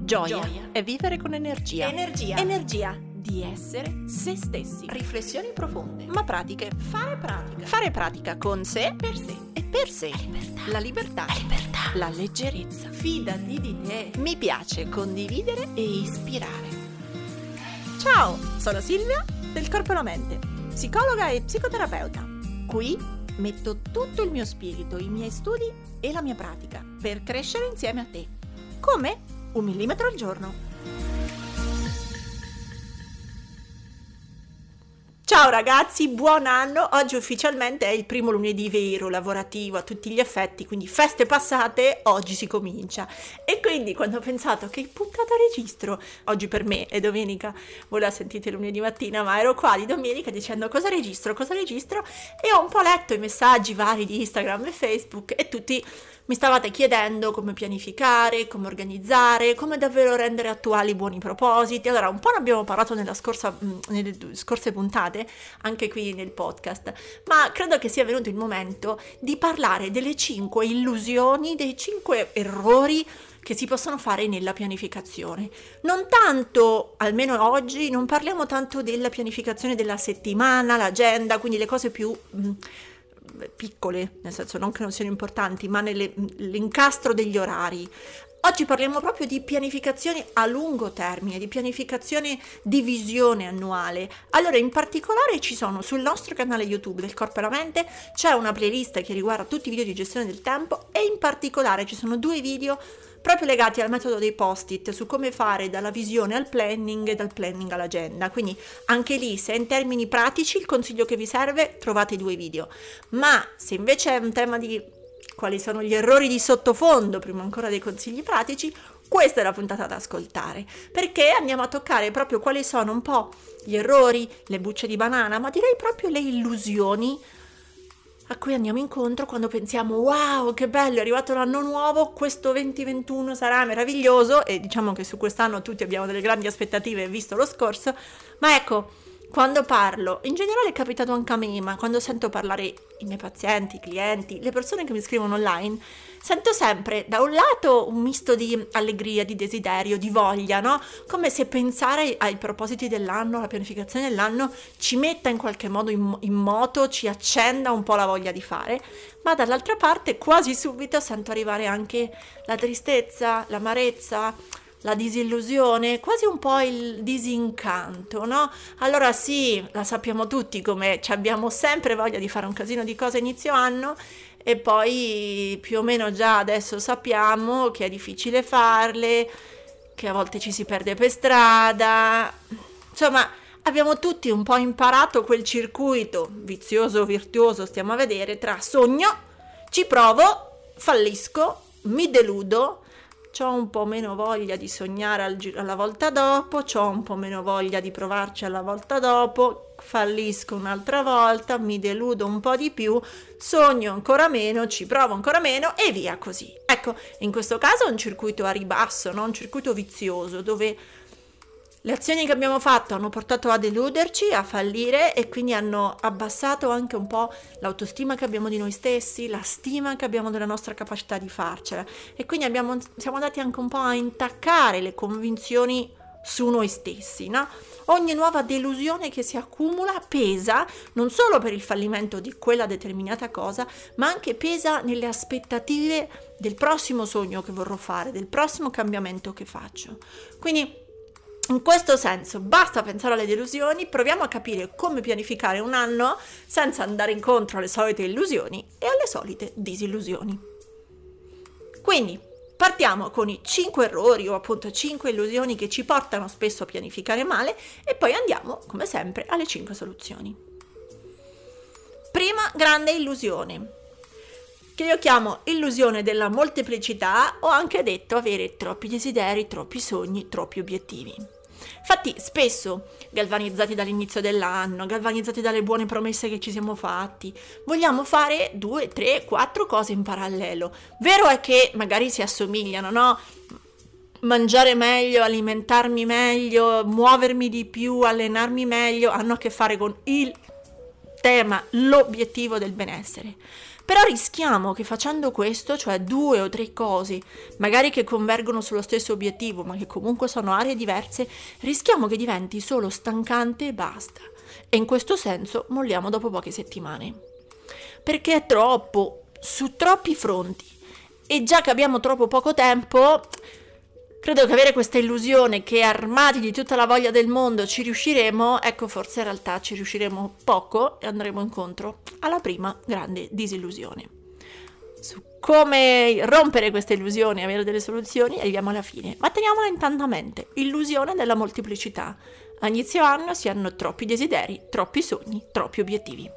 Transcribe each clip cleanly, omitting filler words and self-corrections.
Gioia è vivere con energia. Energia di essere se stessi. Riflessioni profonde, ma pratiche. Fare pratica con sé, Per sé. e per sé. La libertà. La leggerezza. Fidati di te. Mi piace condividere e ispirare. Ciao, sono Silvia del Corpo e la Mente, psicologa e psicoterapeuta. Qui metto tutto il mio spirito, i miei studi e la mia pratica per crescere insieme a te. Come? 1 millimetro al giorno. Ciao ragazzi, buon anno! Oggi ufficialmente è il primo lunedì vero, lavorativo a tutti gli effetti, quindi feste passate, oggi si comincia. E quindi quando ho pensato che puntata registro, oggi per me è domenica, voi la sentite lunedì mattina, ma ero qua di domenica dicendo cosa registro, e ho un po' letto i messaggi vari di Instagram e Facebook e tutti mi stavate chiedendo come pianificare, come organizzare, come davvero rendere attuali i buoni propositi. Allora, un po' ne abbiamo parlato nelle scorse puntate, anche qui nel podcast, ma credo che sia venuto il momento di parlare delle 5 illusioni, dei 5 errori che si possono fare nella pianificazione. Non tanto, almeno oggi, non parliamo tanto della pianificazione della settimana, l'agenda, quindi le cose più piccole, nel senso non che non siano importanti, ma nell'incastro degli orari. Oggi parliamo proprio di pianificazione a lungo termine, di pianificazione di visione annuale. Allora, in particolare ci sono sul nostro canale YouTube del Corpo e la Mente, c'è una playlist che riguarda tutti i video di gestione del tempo e in particolare ci sono 2 video proprio legati al metodo dei post-it, su come fare dalla visione al planning e dal planning all'agenda. Quindi anche lì, se in termini pratici il consiglio che vi serve, trovate i 2 video. Ma se invece è un tema di quali sono gli errori di sottofondo, prima ancora dei consigli pratici, questa è la puntata da ascoltare, perché andiamo a toccare proprio quali sono un po' gli errori, le bucce di banana, ma direi proprio le illusioni a cui andiamo incontro quando pensiamo wow, che bello, è arrivato l'anno nuovo, questo 2021 sarà meraviglioso, e diciamo che su quest'anno tutti abbiamo delle grandi aspettative visto lo scorso, ma ecco, quando parlo, in generale è capitato anche a me, ma quando sento parlare i miei pazienti, i clienti, le persone che mi scrivono online, sento sempre da un lato un misto di allegria, di desiderio, di voglia, no? Come se pensare ai propositi dell'anno, alla pianificazione dell'anno ci metta in qualche modo in moto, ci accenda un po' la voglia di fare, ma dall'altra parte quasi subito sento arrivare anche la tristezza, l'amarezza, la disillusione, quasi un po' il disincanto, no? Allora sì, la sappiamo tutti come abbiamo sempre voglia di fare un casino di cose inizio anno e poi più o meno già adesso sappiamo che è difficile farle, che a volte ci si perde per strada, insomma abbiamo tutti un po' imparato quel circuito vizioso o virtuoso, stiamo a vedere, tra sogno, ci provo, fallisco, mi deludo, c'ho un po' meno voglia di sognare alla volta dopo, c'ho un po' meno voglia di provarci alla volta dopo, fallisco un'altra volta, mi deludo un po' di più, sogno ancora meno, ci provo ancora meno e via così. Ecco, in questo caso è un circuito a ribasso, no? Un circuito vizioso dove le azioni che abbiamo fatto hanno portato a deluderci, a fallire e quindi hanno abbassato anche un po' l'autostima che abbiamo di noi stessi, la stima che abbiamo della nostra capacità di farcela e quindi siamo andati anche un po' a intaccare le convinzioni su noi stessi, no? Ogni nuova delusione che si accumula pesa non solo per il fallimento di quella determinata cosa, ma anche pesa nelle aspettative del prossimo sogno che vorrò fare, del prossimo cambiamento che faccio. Quindi in questo senso, basta pensare alle delusioni, proviamo a capire come pianificare un anno senza andare incontro alle solite illusioni e alle solite disillusioni. Quindi, partiamo con i 5 errori o appunto 5 illusioni che ci portano spesso a pianificare male e poi andiamo, come sempre, alle 5 soluzioni. Prima grande illusione, che io chiamo illusione della molteplicità o anche detto avere troppi desideri, troppi sogni, troppi obiettivi. Infatti spesso, galvanizzati dall'inizio dell'anno, galvanizzati dalle buone promesse che ci siamo fatti, vogliamo fare 2, 3, 4 cose in parallelo. Vero è che magari si assomigliano, no? Mangiare meglio, alimentarmi meglio, muovermi di più, allenarmi meglio, hanno a che fare con il tema, l'obiettivo del benessere. Però rischiamo che facendo questo, cioè 2 o 3 cose, magari che convergono sullo stesso obiettivo, ma che comunque sono aree diverse, rischiamo che diventi solo stancante e basta. E in questo senso molliamo dopo poche settimane. Perché è troppo, su troppi fronti. E già che abbiamo troppo poco tempo, credo che avere questa illusione che armati di tutta la voglia del mondo ci riusciremo, ecco, forse in realtà ci riusciremo poco e andremo incontro alla prima grande disillusione. Su come rompere queste illusioni e avere delle soluzioni arriviamo alla fine, ma teniamola intanto a mente: illusione della molteplicità. A inizio anno si hanno troppi desideri, troppi sogni, troppi obiettivi.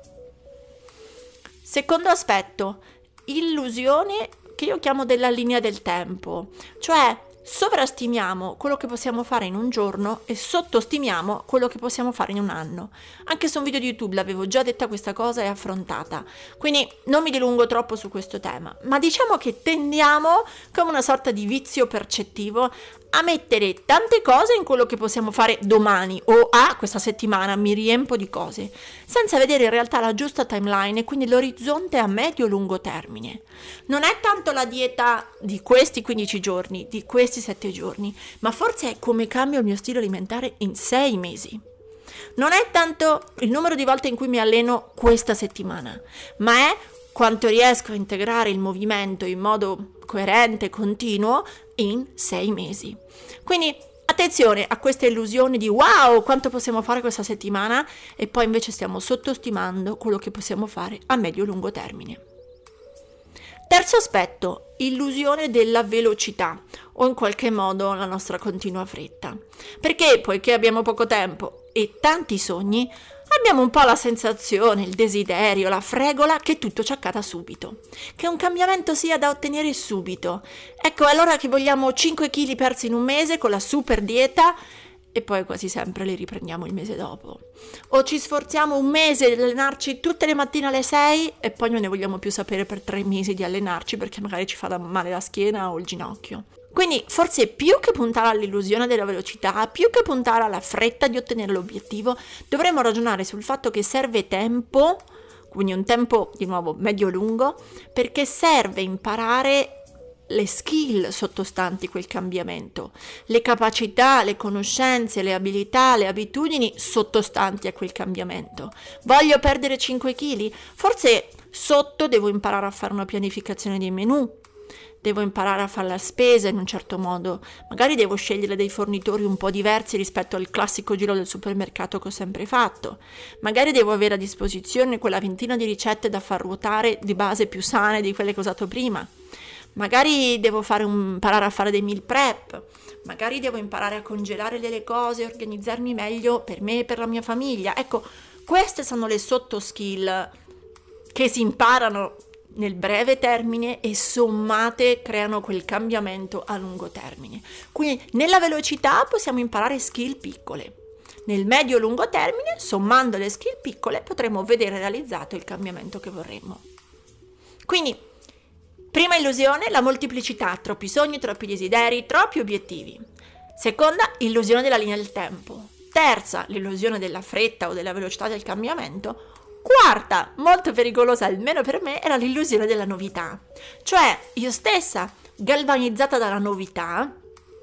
Secondo aspetto, illusione che io chiamo della linea del tempo, cioè sovrastimiamo quello che possiamo fare in un giorno e sottostimiamo quello che possiamo fare in un anno. Anche su un video di YouTube l'avevo già detta questa cosa e affrontata, quindi non mi dilungo troppo su questo tema, ma diciamo che tendiamo, come una sorta di vizio percettivo, a mettere tante cose in quello che possiamo fare domani o questa settimana mi riempo di cose, senza vedere in realtà la giusta timeline e quindi l'orizzonte a medio-lungo termine. Non è tanto la dieta di questi 15 giorni, di questi 7 giorni, ma forse è come cambio il mio stile alimentare in 6 mesi. Non è tanto il numero di volte in cui mi alleno questa settimana, ma è quanto riesco a integrare il movimento in modo coerente e continuo in 6 mesi. Quindi attenzione a questa illusione di wow, quanto possiamo fare questa settimana, e poi invece stiamo sottostimando quello che possiamo fare a medio-lungo termine. Terzo aspetto, illusione della velocità o in qualche modo la nostra continua fretta. Perché poiché abbiamo poco tempo e tanti sogni, abbiamo un po' la sensazione, il desiderio, la fregola che tutto ci accada subito, che un cambiamento sia da ottenere subito. Ecco, allora che vogliamo 5 kg persi in un mese con la super dieta e poi quasi sempre li riprendiamo il mese dopo. O ci sforziamo un mese di allenarci tutte le mattine alle 6 e poi non ne vogliamo più sapere per 3 mesi di allenarci perché magari ci fa male la schiena o il ginocchio. Quindi forse più che puntare all'illusione della velocità, più che puntare alla fretta di ottenere l'obiettivo, dovremmo ragionare sul fatto che serve tempo, quindi un tempo di nuovo medio-lungo, perché serve imparare le skill sottostanti quel cambiamento, le capacità, le conoscenze, le abilità, le abitudini sottostanti a quel cambiamento. Voglio perdere 5 kg? Forse sotto devo imparare a fare una pianificazione dei menù, devo imparare a fare la spesa in un certo modo, magari devo scegliere dei fornitori un po' diversi rispetto al classico giro del supermercato che ho sempre fatto, magari devo avere a disposizione quella ventina di ricette da far ruotare di base più sane di quelle che ho usato prima, magari devo imparare a fare dei meal prep, magari devo imparare a congelare delle cose, organizzarmi meglio per me e per la mia famiglia. Ecco, queste sono le sotto skill che si imparano nel breve termine e sommate creano quel cambiamento a lungo termine. Quindi nella velocità possiamo imparare skill piccole. Nel medio-lungo termine, sommando le skill piccole, potremo vedere realizzato il cambiamento che vorremmo. Quindi, prima illusione, la molteplicità, troppi sogni, troppi desideri, troppi obiettivi. Seconda, illusione della linea del tempo. Terza, l'illusione della fretta o della velocità del cambiamento. Quarta, molto pericolosa almeno per me, era l'illusione della novità. Cioè, io stessa, galvanizzata dalla novità,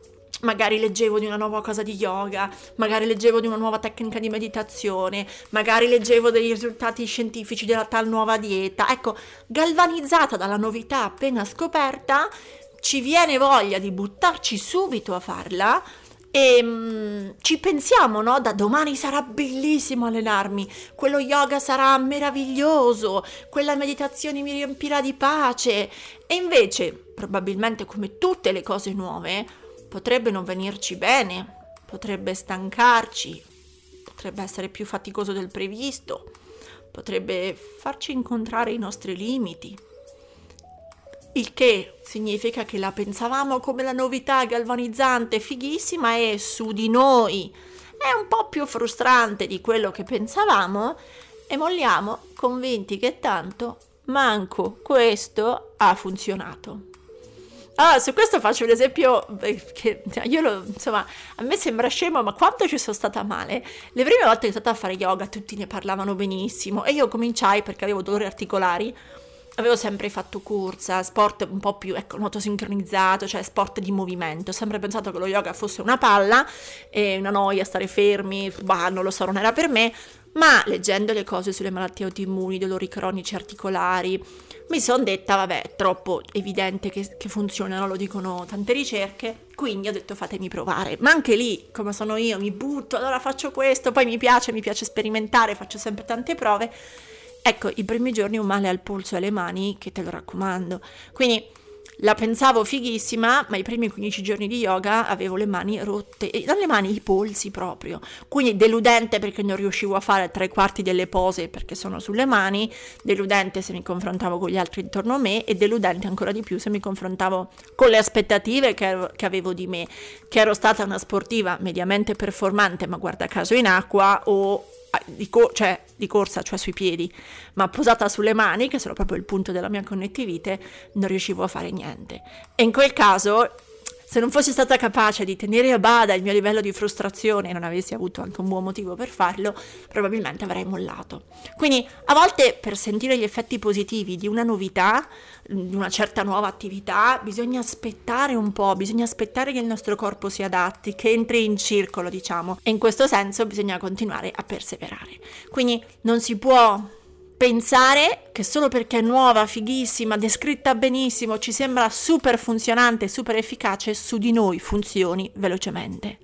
magari leggevo di una nuova cosa di yoga, magari leggevo di una nuova tecnica di meditazione, magari leggevo dei risultati scientifici della tal nuova dieta. Ecco, galvanizzata dalla novità appena scoperta, ci viene voglia di buttarci subito a farla e ci pensiamo, no? Da domani sarà bellissimo allenarmi, quello yoga sarà meraviglioso, quella meditazione mi riempirà di pace. E invece, probabilmente come tutte le cose nuove, potrebbe non venirci bene, potrebbe stancarci, potrebbe essere più faticoso del previsto, potrebbe farci incontrare i nostri limiti. Il che significa che la pensavamo come la novità galvanizzante, fighissima, e su di noi è un po' più frustrante di quello che pensavamo e molliamo convinti che tanto manco questo ha funzionato. Allora, su questo faccio un esempio che insomma, a me sembra scemo, ma quanto ci sono stata male. Le prime volte che sono stata a fare yoga tutti ne parlavano benissimo e io cominciai perché avevo dolori articolari avevo sempre fatto corsa, sport un po' più, ecco, nuoto sincronizzato, cioè sport di movimento. Ho sempre pensato che lo yoga fosse una palla e una noia, stare fermi, bah, non lo so, non era per me. Ma leggendo le cose sulle malattie autoimmuni, dolori cronici articolari, mi sono detta, vabbè, è troppo evidente che funzionano, lo dicono tante ricerche, quindi ho detto fatemi provare. Ma anche lì, come sono io, mi butto, allora faccio questo, poi mi piace sperimentare, faccio sempre tante prove. Ecco, i primi giorni un male al polso e alle mani che te lo raccomando. Quindi la pensavo fighissima, ma i primi 15 giorni di yoga avevo le mani rotte, e non le mani, i polsi proprio. Quindi deludente perché non riuscivo a fare 3/4 delle pose perché sono sulle mani, deludente se mi confrontavo con gli altri intorno a me e deludente ancora di più se mi confrontavo con le aspettative che avevo di me, che ero stata una sportiva mediamente performante, ma guarda caso in acqua o di corsa, cioè sui piedi, ma posata sulle mani, che sono proprio il punto della mia connettivite, non riuscivo a fare niente. E in quel caso, se non fossi stata capace di tenere a bada il mio livello di frustrazione e non avessi avuto anche un buon motivo per farlo, probabilmente avrei mollato. Quindi a volte per sentire gli effetti positivi di una novità, di una certa nuova attività, bisogna aspettare un po', bisogna aspettare che il nostro corpo si adatti, che entri in circolo, diciamo, e in questo senso bisogna continuare a perseverare. Quindi non si può pensare che solo perché è nuova, fighissima, descritta benissimo, ci sembra super funzionante, super efficace, su di noi funzioni velocemente.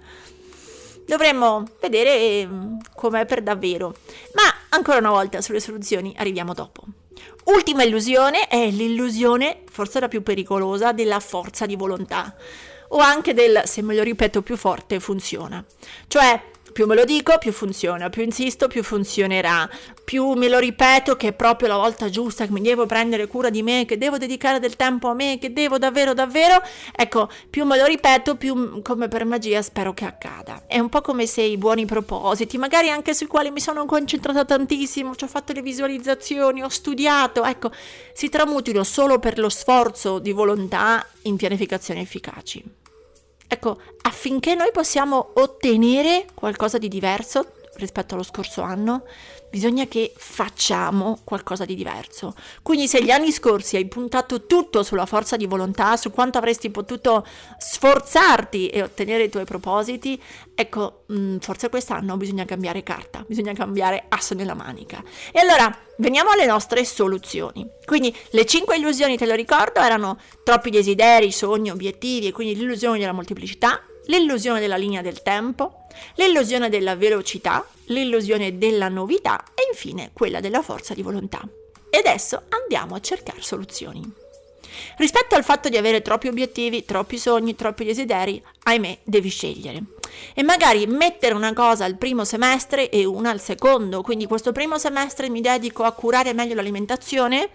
Dovremmo vedere com'è per davvero. Ma ancora una volta sulle soluzioni arriviamo dopo. Ultima illusione è l'illusione, forse la più pericolosa, della forza di volontà, o anche del se me lo ripeto più forte funziona. Cioè, più me lo dico, più funziona, più insisto, più funzionerà, più me lo ripeto che è proprio la volta giusta, che mi devo prendere cura di me, che devo dedicare del tempo a me, che devo davvero, ecco, più me lo ripeto, più come per magia spero che accada. È un po' come se i buoni propositi, magari anche sui quali mi sono concentrata tantissimo, ci ho fatto le visualizzazioni, ho studiato, ecco, si tramutino solo per lo sforzo di volontà in pianificazioni efficaci. Ecco, affinché noi possiamo ottenere qualcosa di diverso rispetto allo scorso anno, bisogna che facciamo qualcosa di diverso. Quindi se gli anni scorsi hai puntato tutto sulla forza di volontà, su quanto avresti potuto sforzarti e ottenere i tuoi propositi, ecco, forse quest'anno bisogna cambiare carta, bisogna cambiare asso nella manica. E allora, veniamo alle nostre soluzioni. Quindi le 5 illusioni, te lo ricordo, erano troppi desideri, sogni, obiettivi, e quindi l'illusione della molteplicità, l'illusione della linea del tempo, l'illusione della velocità, l'illusione della novità e infine quella della forza di volontà. E adesso andiamo a cercare soluzioni. Rispetto al fatto di avere troppi obiettivi, troppi sogni, troppi desideri, ahimè, devi scegliere. E magari mettere una cosa al primo semestre e una al secondo. Quindi questo primo semestre mi dedico a curare meglio l'alimentazione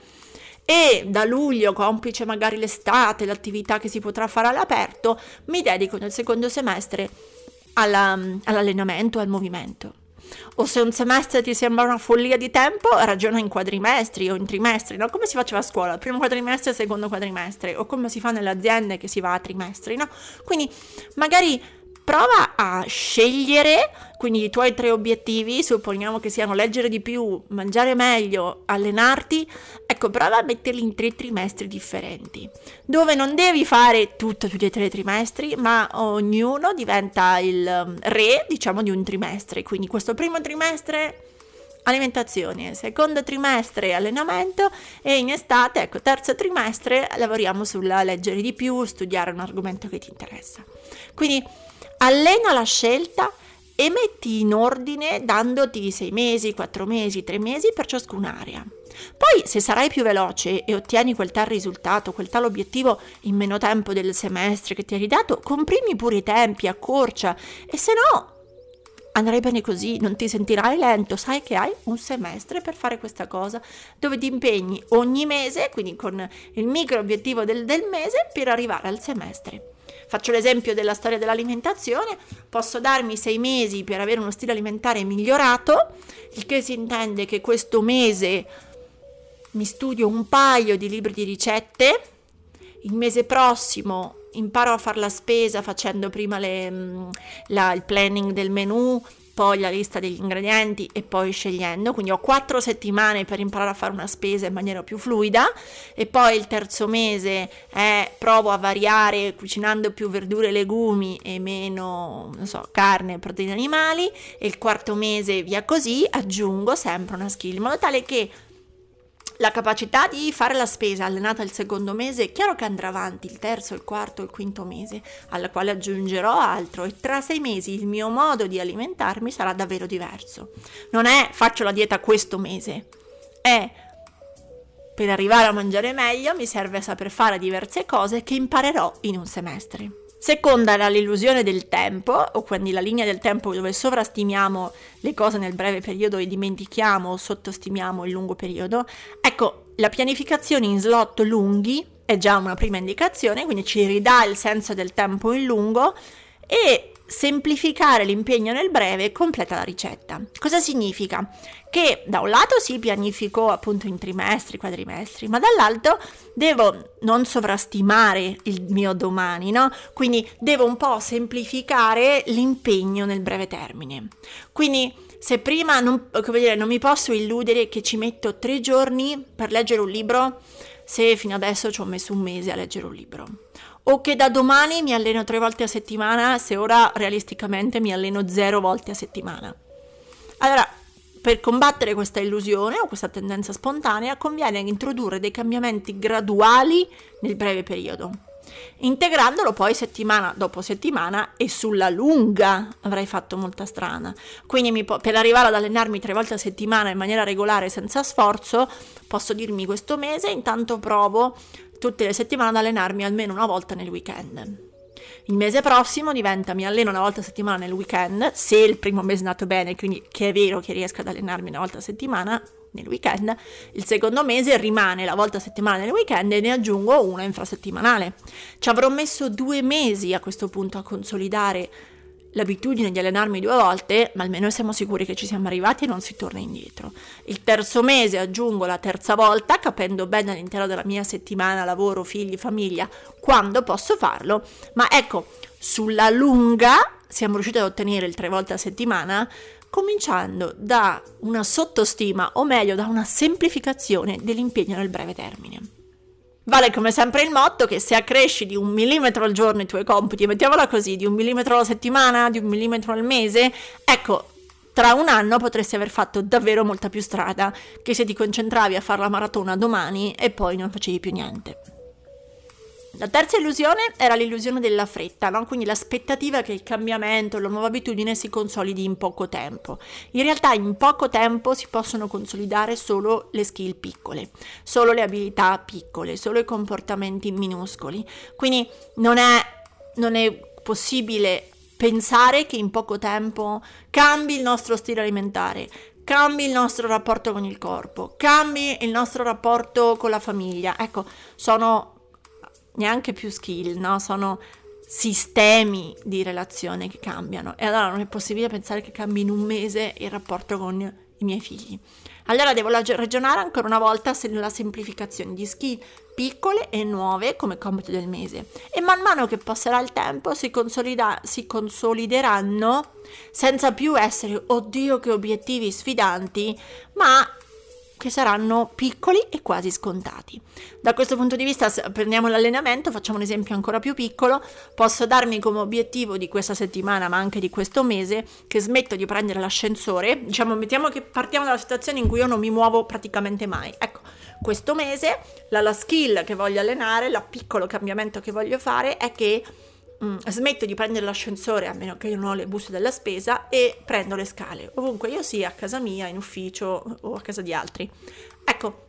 e da luglio, complice magari l'estate, l'attività che si potrà fare all'aperto, mi dedico nel secondo semestre all'allenamento, al movimento. O se un semestre ti sembra una follia di tempo, ragiona in quadrimestri o in trimestri, no? Come si faceva a scuola, primo quadrimestre, secondo quadrimestre, o come si fa nelle aziende che si va a trimestri, no? Quindi magari prova a scegliere, quindi i tuoi 3 obiettivi, supponiamo che siano leggere di più, mangiare meglio, allenarti, ecco, prova a metterli in 3 trimestri differenti, dove non devi fare tutto tutti e 3 trimestri, ma ognuno diventa il re, diciamo, di un trimestre. Quindi questo primo trimestre alimentazione, secondo trimestre allenamento e in estate, ecco, terzo trimestre lavoriamo sulla leggere di più, studiare un argomento che ti interessa. Quindi allena la scelta e metti in ordine dandoti 6 mesi, 4 mesi, 3 mesi per ciascun'area. Poi se sarai più veloce e ottieni quel tal risultato, quel tal obiettivo in meno tempo del semestre che ti hai dato, comprimi pure i tempi, accorcia, e se no andrai bene così, non ti sentirai lento, sai che hai un semestre per fare questa cosa, dove ti impegni ogni mese, quindi con il micro obiettivo del mese, per arrivare al semestre. Faccio l'esempio della storia dell'alimentazione, posso darmi 6 mesi per avere uno stile alimentare migliorato, il che si intende che questo mese mi studio un paio di libri di ricette, il mese prossimo imparo a fare la spesa facendo prima il planning del menù, poi la lista degli ingredienti e poi scegliendo, quindi ho 4 settimane per imparare a fare una spesa in maniera più fluida, e poi il terzo mese provo a variare cucinando più verdure e legumi e meno, non so, carne e proteine animali, e il quarto mese via così, aggiungo sempre una skill in modo tale che la capacità di fare la spesa allenata il secondo mese è chiaro che andrà avanti il terzo, il quarto, il quinto mese, alla quale aggiungerò altro, e tra 6 mesi il mio modo di alimentarmi sarà davvero diverso. Non è faccio la dieta questo mese, è per arrivare a mangiare meglio mi serve saper fare diverse cose che imparerò in un semestre. Seconda era l'illusione del tempo, o quindi la linea del tempo dove sovrastimiamo le cose nel breve periodo e dimentichiamo o sottostimiamo il lungo periodo. Ecco, la pianificazione in slot lunghi è già una prima indicazione, quindi ci ridà il senso del tempo in lungo, e semplificare l'impegno nel breve completa la ricetta. Cosa significa? Che da un lato si pianifico appunto in trimestri, quadrimestri, ma dall'altro devo non sovrastimare il mio domani, no? Quindi devo un po' semplificare l'impegno nel breve termine. Quindi se prima non mi posso illudere che ci metto 3 giorni per leggere un libro, se fino adesso ci ho messo un mese a leggere un libro, o che da domani mi alleno 3 volte a settimana, se ora realisticamente mi alleno 0 volte a settimana. Allora, per combattere questa illusione o questa tendenza spontanea, conviene introdurre dei cambiamenti graduali nel breve periodo, integrandolo poi settimana dopo settimana, e sulla lunga avrei fatto molta strada. Quindi per arrivare ad allenarmi 3 volte a settimana in maniera regolare senza sforzo, posso dirmi questo mese intanto provo tutte le settimane ad allenarmi almeno una volta nel weekend. Il mese prossimo diventa mi alleno una volta a settimana nel weekend, se il primo mese è andato bene, quindi che è vero che riesco ad allenarmi una volta a settimana nel weekend. Il secondo mese rimane la volta a settimana nel weekend e ne aggiungo una infrasettimanale. Ci avrò messo 2 mesi a questo punto a consolidare l'abitudine di allenarmi 2 volte, ma almeno siamo sicuri che ci siamo arrivati e non si torna indietro. Il terzo mese aggiungo la terza volta, capendo bene all'interno della mia settimana, lavoro, figli, famiglia, quando posso farlo, ma ecco, sulla lunga siamo riusciti ad ottenere il 3 volte a settimana, cominciando da una sottostima, o meglio da una semplificazione dell'impegno nel breve termine. Vale come sempre il motto che se accresci di 1 millimetro al giorno i tuoi compiti, mettiamola così, di 1 millimetro alla settimana, di 1 millimetro al mese, ecco, tra un anno potresti aver fatto davvero molta più strada che se ti concentravi a fare la maratona domani e poi non facevi più niente. La terza illusione era l'illusione della fretta, no? Quindi l'aspettativa che il cambiamento, la nuova abitudine si consolidi in poco tempo. In realtà in poco tempo si possono consolidare solo le skill piccole, solo le abilità piccole, solo i comportamenti minuscoli. Quindi non è possibile pensare che in poco tempo cambi il nostro stile alimentare, cambi il nostro rapporto con il corpo, cambi il nostro rapporto con la famiglia. Ecco, sono neanche più skill, no? Sono sistemi di relazione che cambiano, e allora non è possibile pensare che cambi in un mese il rapporto con i miei figli. Allora devo ragionare ancora una volta sulla semplificazione di skill piccole e nuove come compito del mese, e man mano che passerà il tempo si consolideranno senza più essere oddio che obiettivi sfidanti, ma che saranno piccoli e quasi scontati. Da questo punto di vista, se prendiamo l'allenamento, facciamo un esempio ancora più piccolo, posso darmi come obiettivo di questa settimana, ma anche di questo mese, che smetto di prendere l'ascensore. Mettiamo che partiamo dalla situazione in cui io non mi muovo praticamente mai. Ecco, questo mese la skill che voglio allenare, il piccolo cambiamento che voglio fare è che smetto di prendere l'ascensore, a meno che io non ho le buste della spesa, e prendo le scale ovunque io sia, a casa mia, in ufficio o a casa di altri. Ecco,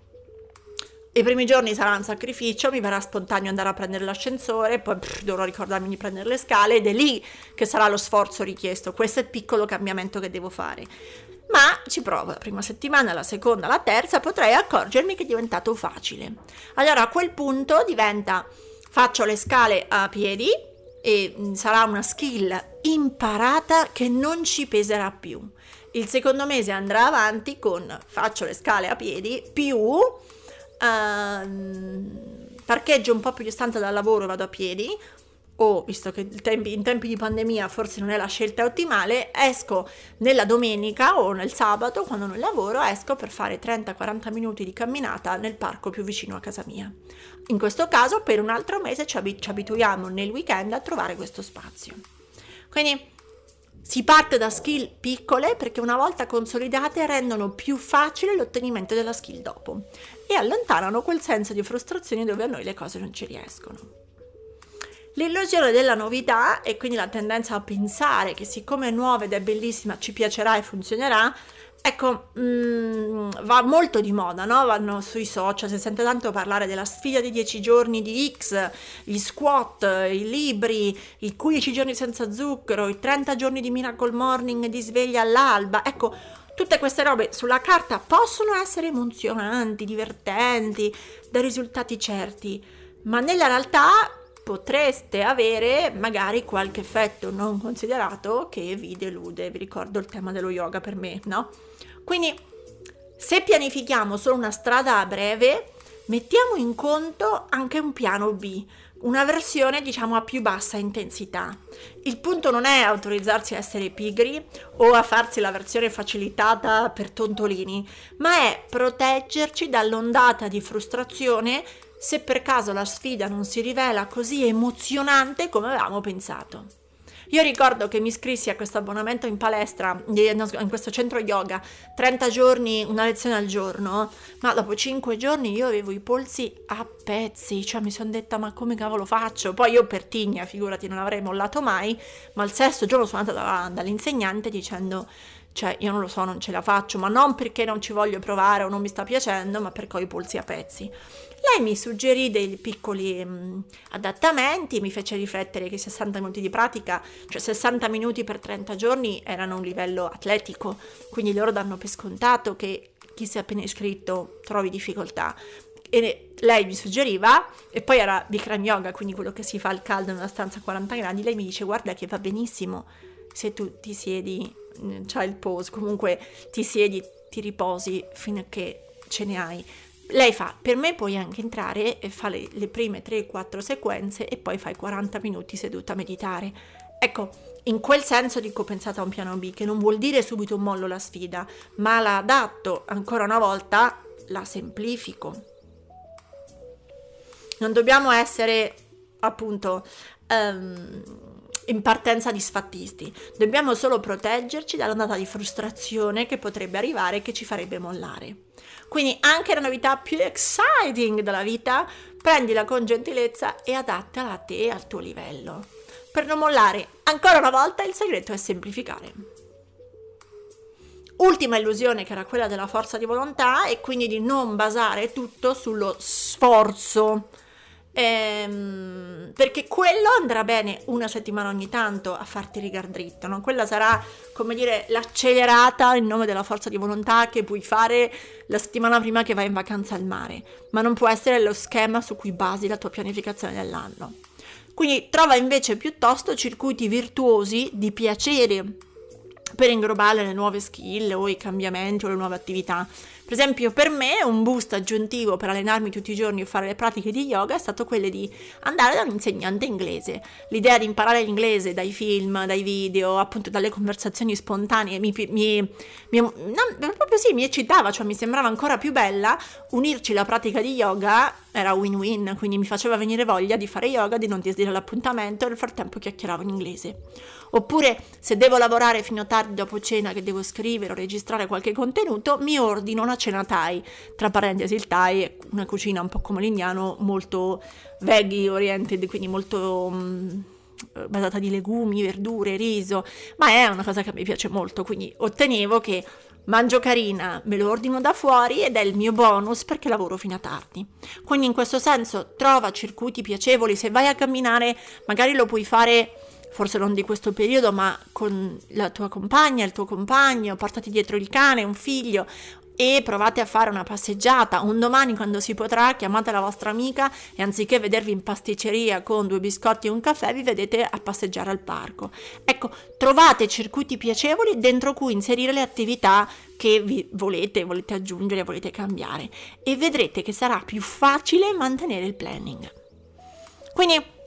i primi giorni sarà un sacrificio, mi verrà spontaneo andare a prendere l'ascensore, poi dovrò ricordarmi di prendere le scale, ed è lì che sarà lo sforzo richiesto. Questo è il piccolo cambiamento che devo fare, ma ci provo la prima settimana, la seconda, la terza, potrei accorgermi che è diventato facile. Allora a quel punto faccio le scale a piedi, e sarà una skill imparata che non ci peserà più. Il secondo mese andrà avanti con faccio le scale a piedi più parcheggio un po' più distante dal lavoro e vado a piedi, o visto che in tempi di pandemia forse non è la scelta ottimale, esco nella domenica o nel sabato quando non lavoro, esco per fare 30-40 minuti di camminata nel parco più vicino a casa mia. In questo caso per un altro mese ci abituiamo nel weekend a trovare questo spazio. Quindi si parte da skill piccole perché una volta consolidate rendono più facile l'ottenimento della skill dopo e allontanano quel senso di frustrazione dove a noi le cose non ci riescono. L'illusione della novità e quindi la tendenza a pensare che siccome è nuova ed è bellissima ci piacerà e funzionerà, ecco, va molto di moda, no? Vanno sui social, si sente tanto parlare della sfida di 10 giorni di X, gli squat, i libri, i 15 giorni senza zucchero, i 30 giorni di Miracle Morning di sveglia all'alba, ecco, tutte queste robe sulla carta possono essere emozionanti, divertenti, dai risultati certi, ma nella realtà potreste avere magari qualche effetto non considerato che vi delude. Vi ricordo il tema dello yoga per me, no? Quindi se pianifichiamo solo una strada a breve, mettiamo in conto anche un piano B, una versione diciamo a più bassa intensità. Il punto non è autorizzarsi a essere pigri o a farsi la versione facilitata per tontolini, ma è proteggerci dall'ondata di frustrazione se per caso la sfida non si rivela così emozionante come avevamo pensato. Io ricordo che mi iscrissi a questo abbonamento in palestra, in questo centro yoga, 30 giorni, una lezione al giorno, ma dopo 5 giorni io avevo i polsi a pezzi, cioè mi sono detta ma come cavolo faccio? Poi io per tigna, figurati, non avrei mollato mai, ma il sesto giorno sono andata dall'insegnante dicendo cioè io non lo so, non ce la faccio, ma non perché non ci voglio provare o non mi sta piacendo, ma perché ho i polsi a pezzi. Lei mi suggerì dei piccoli adattamenti, mi fece riflettere che 60 minuti di pratica, cioè 60 minuti per 30 giorni erano un livello atletico, quindi loro danno per scontato che chi si è appena iscritto trovi difficoltà. E lei mi suggeriva, e poi era Bikram yoga, quindi quello che si fa al caldo in una stanza a 40 gradi, lei mi dice guarda che va benissimo se tu ti siedi, c'hai il pose, comunque ti siedi, ti riposi fino a che ce ne hai. Lei fa, per me puoi anche entrare e fare le prime 3-4 sequenze e poi fai 40 minuti seduta a meditare. Ecco, in quel senso dico pensate a un piano B, che non vuol dire subito mollo la sfida, ma la adatto ancora una volta, la semplifico. Non dobbiamo essere appunto in partenza disfattisti, dobbiamo solo proteggerci dall'ondata di frustrazione che potrebbe arrivare e che ci farebbe mollare. Quindi anche la novità più exciting della vita, prendila con gentilezza e adattala a te e al tuo livello. Per non mollare, ancora una volta, il segreto è semplificare. Ultima illusione, che era quella della forza di volontà, e quindi di non basare tutto sullo sforzo. Perché quello andrà bene una settimana ogni tanto a farti rigar dritto, no? Quella sarà, come dire, l'accelerata in nome della forza di volontà che puoi fare la settimana prima che vai in vacanza al mare, ma non può essere lo schema su cui basi la tua pianificazione dell'anno. Quindi trova invece piuttosto circuiti virtuosi di piacere per inglobare le nuove skill o i cambiamenti o le nuove attività. Per esempio, per me un boost aggiuntivo per allenarmi tutti i giorni e fare le pratiche di yoga è stato quello di andare da un insegnante inglese. L'idea di imparare l'inglese dai film, dai video, appunto dalle conversazioni spontanee mi eccitava, cioè mi sembrava ancora più bella. Unirci la pratica di yoga era win-win, quindi mi faceva venire voglia di fare yoga, di non disdire l'appuntamento e nel frattempo chiacchieravo in inglese. Oppure se devo lavorare fino a tardi dopo cena, che devo scrivere o registrare qualche contenuto, mi ordino una cena Thai, tra parentesi il Thai è una cucina un po' come l'indiano, molto veggie oriented, quindi molto basata di legumi, verdure, riso, ma è una cosa che mi piace molto, quindi ottenevo che mangio carina, me lo ordino da fuori ed è il mio bonus perché lavoro fino a tardi. Quindi in questo senso trova circuiti piacevoli, se vai a camminare magari lo puoi fare forse non di questo periodo, ma con la tua compagna, il tuo compagno, portati dietro il cane, un figlio e provate a fare una passeggiata. Un domani, quando si potrà, chiamate la vostra amica e anziché vedervi in pasticceria con 2 biscotti e un caffè, vi vedete a passeggiare al parco. Ecco, trovate circuiti piacevoli dentro cui inserire le attività che vi volete aggiungere, volete cambiare, e vedrete che sarà più facile mantenere il planning. Quindi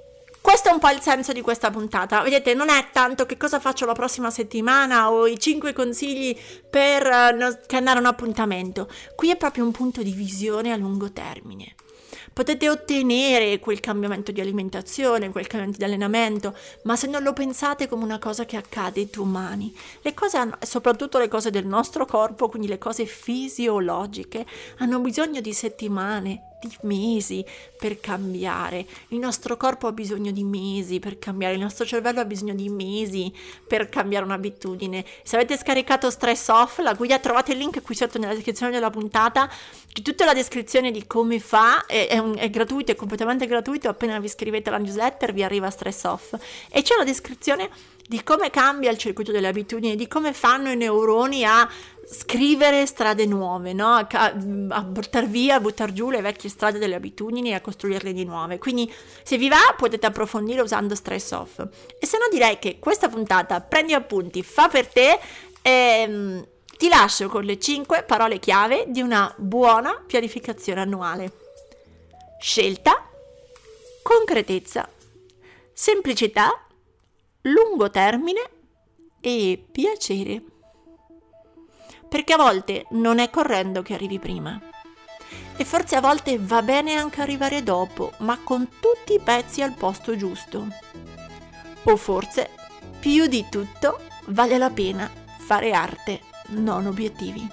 Questo è un po' il senso di questa puntata. Vedete, non è tanto che cosa faccio la prossima settimana o i 5 consigli per andare a un appuntamento. Qui è proprio un punto di visione a lungo termine. Potete ottenere quel cambiamento di alimentazione, quel cambiamento di allenamento, ma se non lo pensate come una cosa che accade ai tuoi umani, le cose, soprattutto le cose del nostro corpo, quindi le cose fisiologiche, hanno bisogno di settimane, di mesi per cambiare. Il nostro corpo ha bisogno di mesi per cambiare, il nostro cervello ha bisogno di mesi per cambiare un'abitudine. Se avete scaricato Stress Off, la guida, trovate il link qui sotto nella descrizione della puntata, tutta la descrizione di come fa, è gratuito, è completamente gratuito. Appena vi iscrivete alla newsletter vi arriva Stress Off e c'è la descrizione di come cambia il circuito delle abitudini, di come fanno i neuroni a scrivere strade nuove, no? A buttare via, a buttare giù le vecchie strade delle abitudini e a costruirle di nuove. Quindi se vi va potete approfondire usando Stress Off. E se no direi che questa puntata prendi appunti, fa per te e ti lascio con le 5 parole chiave di una buona pianificazione annuale. Scelta, concretezza, semplicità, lungo termine e piacere. Perché a volte non è correndo che arrivi prima e forse a volte va bene anche arrivare dopo, ma con tutti i pezzi al posto giusto. O forse, più di tutto, vale la pena fare arte, non obiettivi.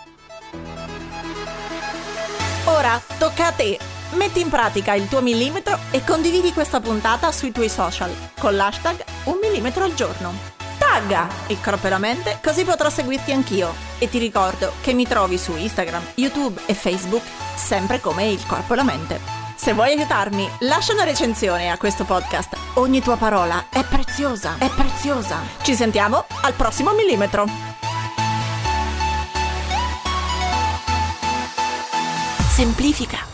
Ora tocca a te. Metti in pratica il tuo millimetro e condividi questa puntata sui tuoi social con l'hashtag 1 millimetro al giorno. Tagga il Corpo e la Mente, così potrò seguirti anch'io. E ti ricordo che mi trovi su Instagram, YouTube e Facebook sempre come il Corpo e la Mente. Se vuoi aiutarmi, lascia una recensione a questo podcast. Ogni tua parola è preziosa, è preziosa. Ci sentiamo al prossimo millimetro. Semplifica.